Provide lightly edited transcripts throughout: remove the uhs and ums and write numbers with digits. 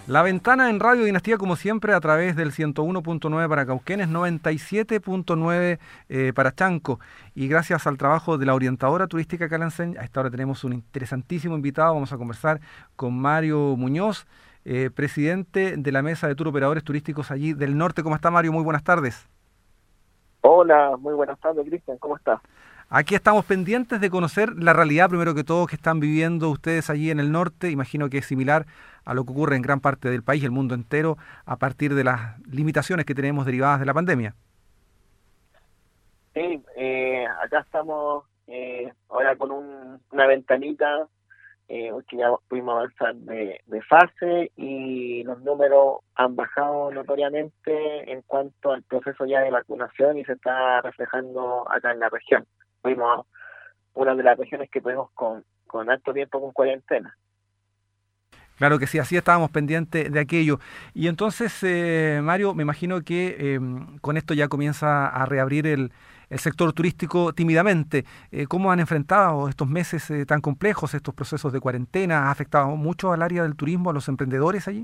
La Ventana en Radio Dinastía, como siempre, a través del 101.9 para Cauquenes, 97.9 para Chanco. Y gracias al trabajo de la orientadora turística Calansen, a esta hora tenemos un interesantísimo invitado. Vamos a conversar con Mario Muñoz, presidente de la Mesa de Tour Operadores Turísticos allí del norte. ¿Cómo está, Mario? Muy buenas tardes. Hola, muy buenas tardes, Cristian, ¿cómo estás? Aquí estamos pendientes de conocer la realidad, primero que todo, que están viviendo ustedes allí en el norte. Imagino que es similar a lo que ocurre en gran parte del país, el mundo entero, a partir de las limitaciones que tenemos derivadas de la pandemia. Sí, acá estamos ahora con una ventanita, que ya pudimos avanzar de fase y los números han bajado notoriamente en cuanto al proceso ya de vacunación y se está reflejando acá en la región. Fuimos una de las regiones que tuvimos con alto tiempo con cuarentena. Claro que sí, así estábamos pendientes de aquello. Y entonces, Mario, me imagino que con esto ya comienza a reabrir el sector turístico tímidamente. ¿Cómo han enfrentado estos meses tan complejos, estos procesos de cuarentena? ¿Ha afectado mucho al área del turismo, a los emprendedores allí?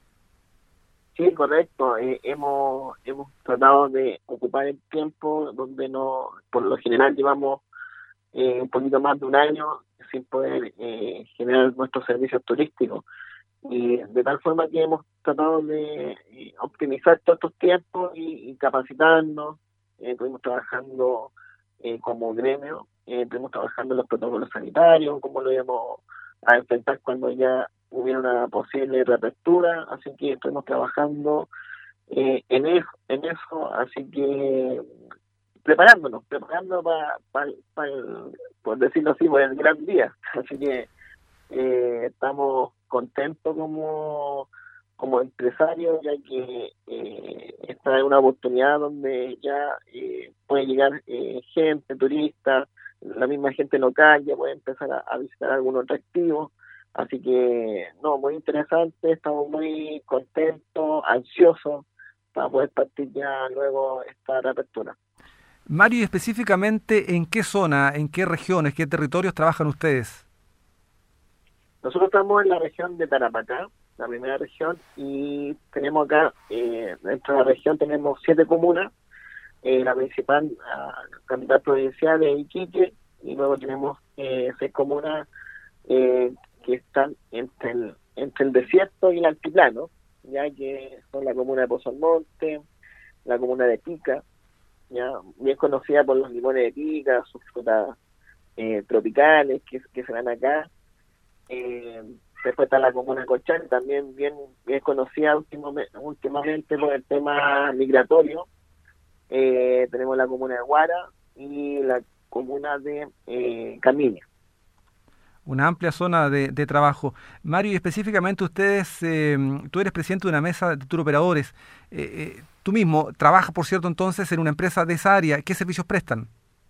Sí, correcto. Hemos tratado de ocupar el tiempo donde no, por lo general llevamos un poquito más de un año sin poder generar nuestros servicios turísticos. Y de tal forma que hemos tratado de optimizar todos estos tiempos y capacitarnos. Estuvimos trabajando como gremio, estuvimos trabajando en los protocolos sanitarios, cómo lo íbamos a enfrentar cuando ya hubiera una posible reapertura, así que estuvimos trabajando en eso, así que preparando por decirlo así, por el gran día. Así que estamos contentos como empresarios, ya que esta es una oportunidad donde ya puede llegar gente, turistas, la misma gente local ya puede empezar a visitar algunos atractivos. Así que, no, muy interesante, estamos muy contentos, ansiosos para poder partir ya luego esta reapertura. Mario, y específicamente, ¿en qué zona, en qué regiones, qué territorios trabajan ustedes? Nosotros estamos en la región de Tarapacá, la primera región, y tenemos acá, dentro de la región tenemos 7 comunas, la principal, capital provincial es Iquique, y luego tenemos 6 comunas que están entre el desierto y el altiplano, ya que son la comuna de Pozo Almonte, la comuna de Pica, ya bien conocida por los limones de Pica, sus frutas tropicales que se dan acá. Eh, Después está la comuna de Colchane, también bien conocida últimamente por el tema migratorio. Tenemos la comuna de Guara y la comuna de Camiña. Una amplia zona de trabajo. Mario, y específicamente ustedes, tú eres presidente de una mesa de tour operadores. Tú mismo trabajas, por cierto, entonces en una empresa de esa área. ¿Qué servicios prestan?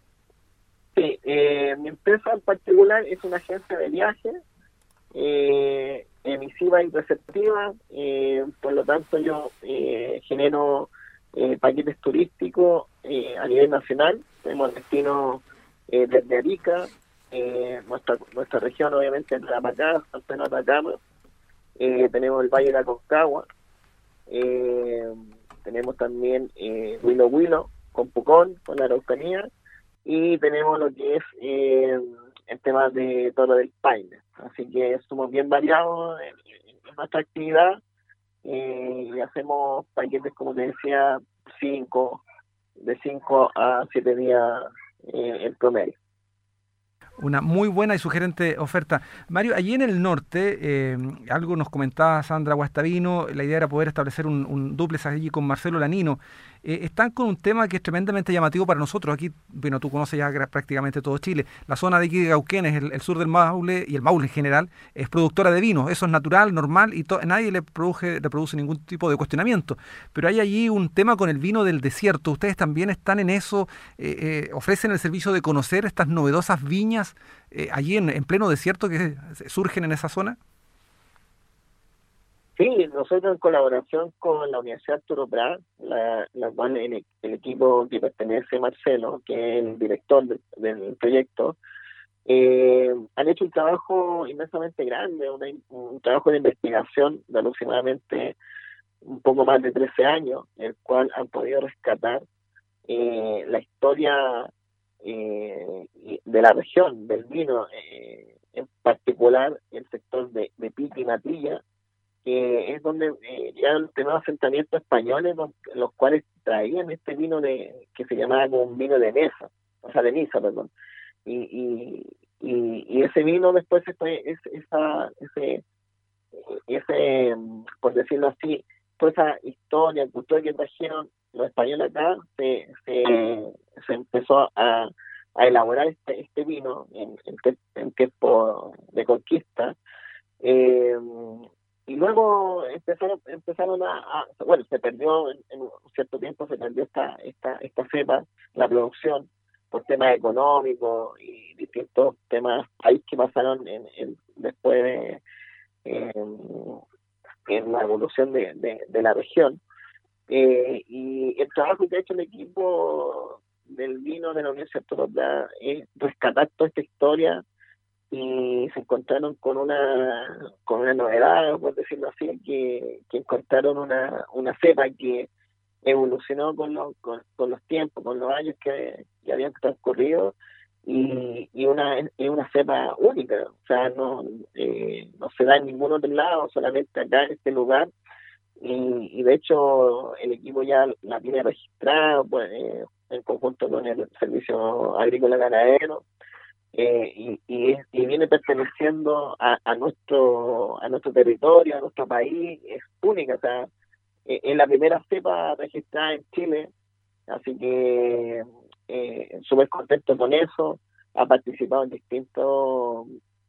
Sí, mi empresa en particular es una agencia de viajes, emisiva y receptiva. Por lo tanto yo genero paquetes turísticos a nivel nacional. Tenemos destinos desde Arica, nuestra región obviamente es Tarapacá, San Pedro de Atacama, tenemos el Valle de Aconcagua, eh, tenemos también Huilo Huilo con Pucón, con la Araucanía, y tenemos lo que es el tema de Torre del Paine. Así que somos bien variados en nuestra actividad y hacemos paquetes, como te decía, de 5 a 7 días en promedio. Una muy buena y sugerente oferta. Mario, allí en el norte, algo nos comentaba Sandra Guastavino, la idea era poder establecer un dúplex allí con Marcelo Lanino. Están con un tema que es tremendamente llamativo para nosotros. Aquí, bueno, tú conoces ya prácticamente todo Chile. La zona de aquí de Cauquenes, el sur del Maule y el Maule en general, es productora de vino. Eso es natural, normal y nadie le produce ningún tipo de cuestionamiento. Pero hay allí un tema con el vino del desierto. Ustedes también están en eso, ofrecen el servicio de conocer estas novedosas viñas allí en pleno desierto que surgen en esa zona. Sí, nosotros en colaboración con la Universidad Arturo Prat, la cual el equipo que pertenece a Marcelo, que es el director del proyecto, Han hecho un trabajo inmensamente grande, un trabajo de investigación de aproximadamente un poco más de 13 años, el cual han podido rescatar la historia de la región, del vino, en particular el sector de Pique y Matilla, que es donde llegaron los primeros asentamientos españoles, los cuales traían este vino que se llamaba como un vino de mesa, o sea, de misa, perdón. Y ese vino después, por decirlo así, toda esa historia, cultura que trajeron los españoles acá, se empezó a elaborar este vino en tiempo de conquista. eh, y luego empezaron bueno, se perdió en un cierto tiempo, se perdió esta cepa, la producción, por temas económicos y distintos temas ahí que pasaron después en la evolución de la región. Y el trabajo que ha hecho el equipo del vino de la Universidad Autónoma es rescatar toda esta historia, y se encontraron con una novedad, por decirlo así, que encontraron una cepa que evolucionó con los tiempos, con los años que habían transcurrido, y una cepa única, o sea, no se da en ningún otro lado, solamente acá en este lugar. Y de hecho el equipo ya la tiene registrada, pues, en conjunto con el Servicio Agrícola Ganadero, y viene perteneciendo a nuestro territorio, a nuestro país. Es única, o sea, es la primera cepa registrada en Chile, así que súper contento con eso. Ha participado en distintos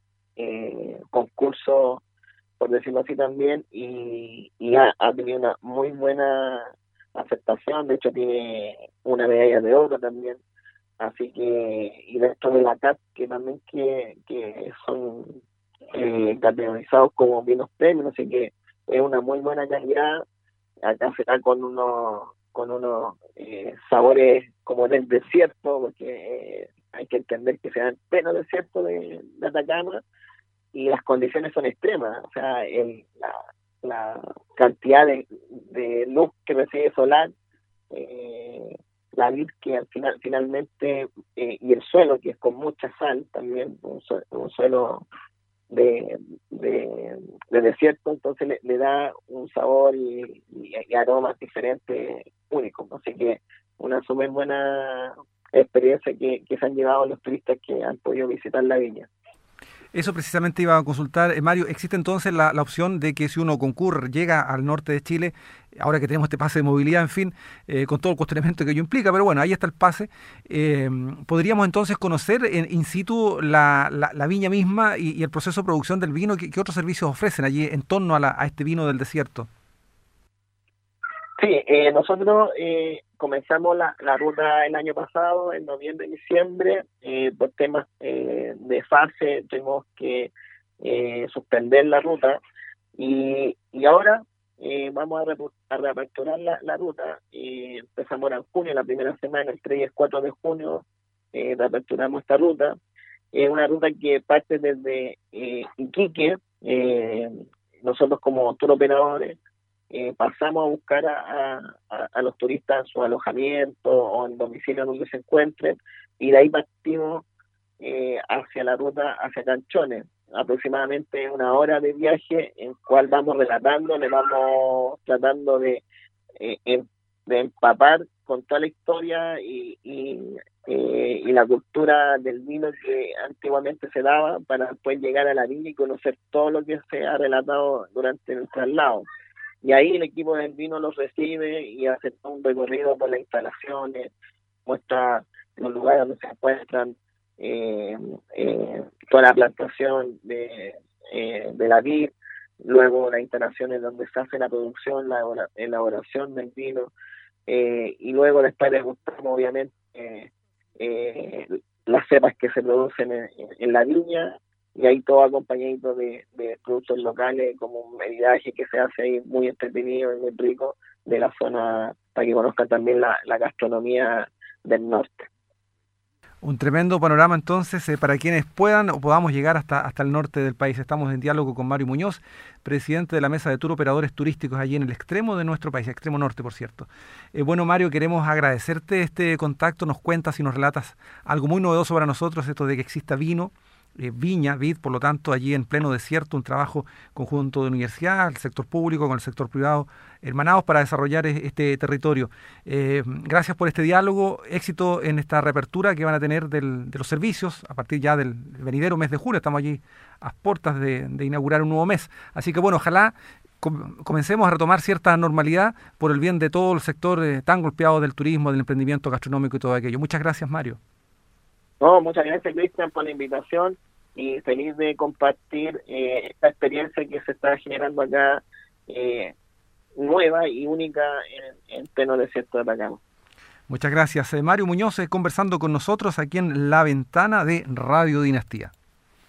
concursos, por decirlo así también, y ha tenido una muy buena aceptación. De hecho tiene una medalla de oro también. Así que, y dentro de la CAT, que también que son categorizados como vinos premium, así que es una muy buena calidad. Acá se da con unos sabores como del desierto, porque hay que entender que se da en pleno desierto de Atacama, y las condiciones son extremas, o sea, la cantidad de luz que recibe solar, eh, la vid que finalmente, y el suelo que es con mucha sal también, un suelo de, de, de desierto, entonces le da un sabor y aromas diferentes, únicos. Así que una súper buena experiencia que se han llevado los turistas que han podido visitar la viña. Eso precisamente iba a consultar. Mario, ¿existe entonces la opción de que si uno concurre, llega al norte de Chile, ahora que tenemos este pase de movilidad, en fin, con todo el cuestionamiento que ello implica, pero bueno, ahí está el pase, podríamos entonces conocer in situ la viña misma y el proceso de producción del vino? ¿Qué otros servicios ofrecen allí en torno a este vino del desierto? Sí, nosotros comenzamos la ruta el año pasado, en noviembre y diciembre. Por temas de fase tuvimos que suspender la ruta, y ahora vamos a reaperturar la ruta. Empezamos ahora en junio, la primera semana, el 3 y el 4 de junio, reaperturamos esta ruta. Es una ruta que parte desde Iquique. Nosotros como tour operadores pasamos a buscar a los turistas en su alojamiento o en domicilio donde se encuentren, y de ahí partimos hacia la ruta hacia Canchones, aproximadamente una hora de viaje, en cual vamos relatando, le vamos tratando de empapar con toda la historia y la cultura del vino que antiguamente se daba, para después llegar a la viña y conocer todo lo que se ha relatado durante el traslado. Y ahí el equipo del vino los recibe y hace todo un recorrido por las instalaciones, muestra los lugares donde se encuentran, eh, toda la plantación de la vid, luego las instalaciones donde se hace la producción, la elaboración del vino, y luego después les gustamos obviamente eh, las cepas que se producen en la viña, y ahí todo acompañado de productos locales, como un maridaje que se hace ahí muy entretenido y muy rico de la zona, para que conozcan también la gastronomía del norte. Un tremendo panorama entonces para quienes puedan o podamos llegar hasta el norte del país. Estamos en diálogo con Mario Muñoz, presidente de la Mesa de Tour Operadores Turísticos allí en el extremo de nuestro país, extremo norte, por cierto. Bueno, Mario, queremos agradecerte este contacto. Nos cuentas y nos relatas algo muy novedoso para nosotros, esto de que exista vino, viña, vid, por lo tanto, allí en pleno desierto, un trabajo conjunto de universidad, el sector público con el sector privado, hermanados para desarrollar este territorio. Gracias por este diálogo, éxito en esta reapertura que van a tener de los servicios a partir ya del venidero mes de julio. Estamos allí a puertas de inaugurar un nuevo mes. Así que bueno, ojalá comencemos a retomar cierta normalidad por el bien de todo el sector tan golpeado del turismo, del emprendimiento gastronómico y todo aquello. Muchas gracias, Mario. No, muchas gracias, Cristian, por la invitación y feliz de compartir esta experiencia que se está generando acá, nueva y única en pleno desierto de Atacama. Muchas gracias. Mario Muñoz conversando con nosotros aquí en La Ventana de Radio Dinastía.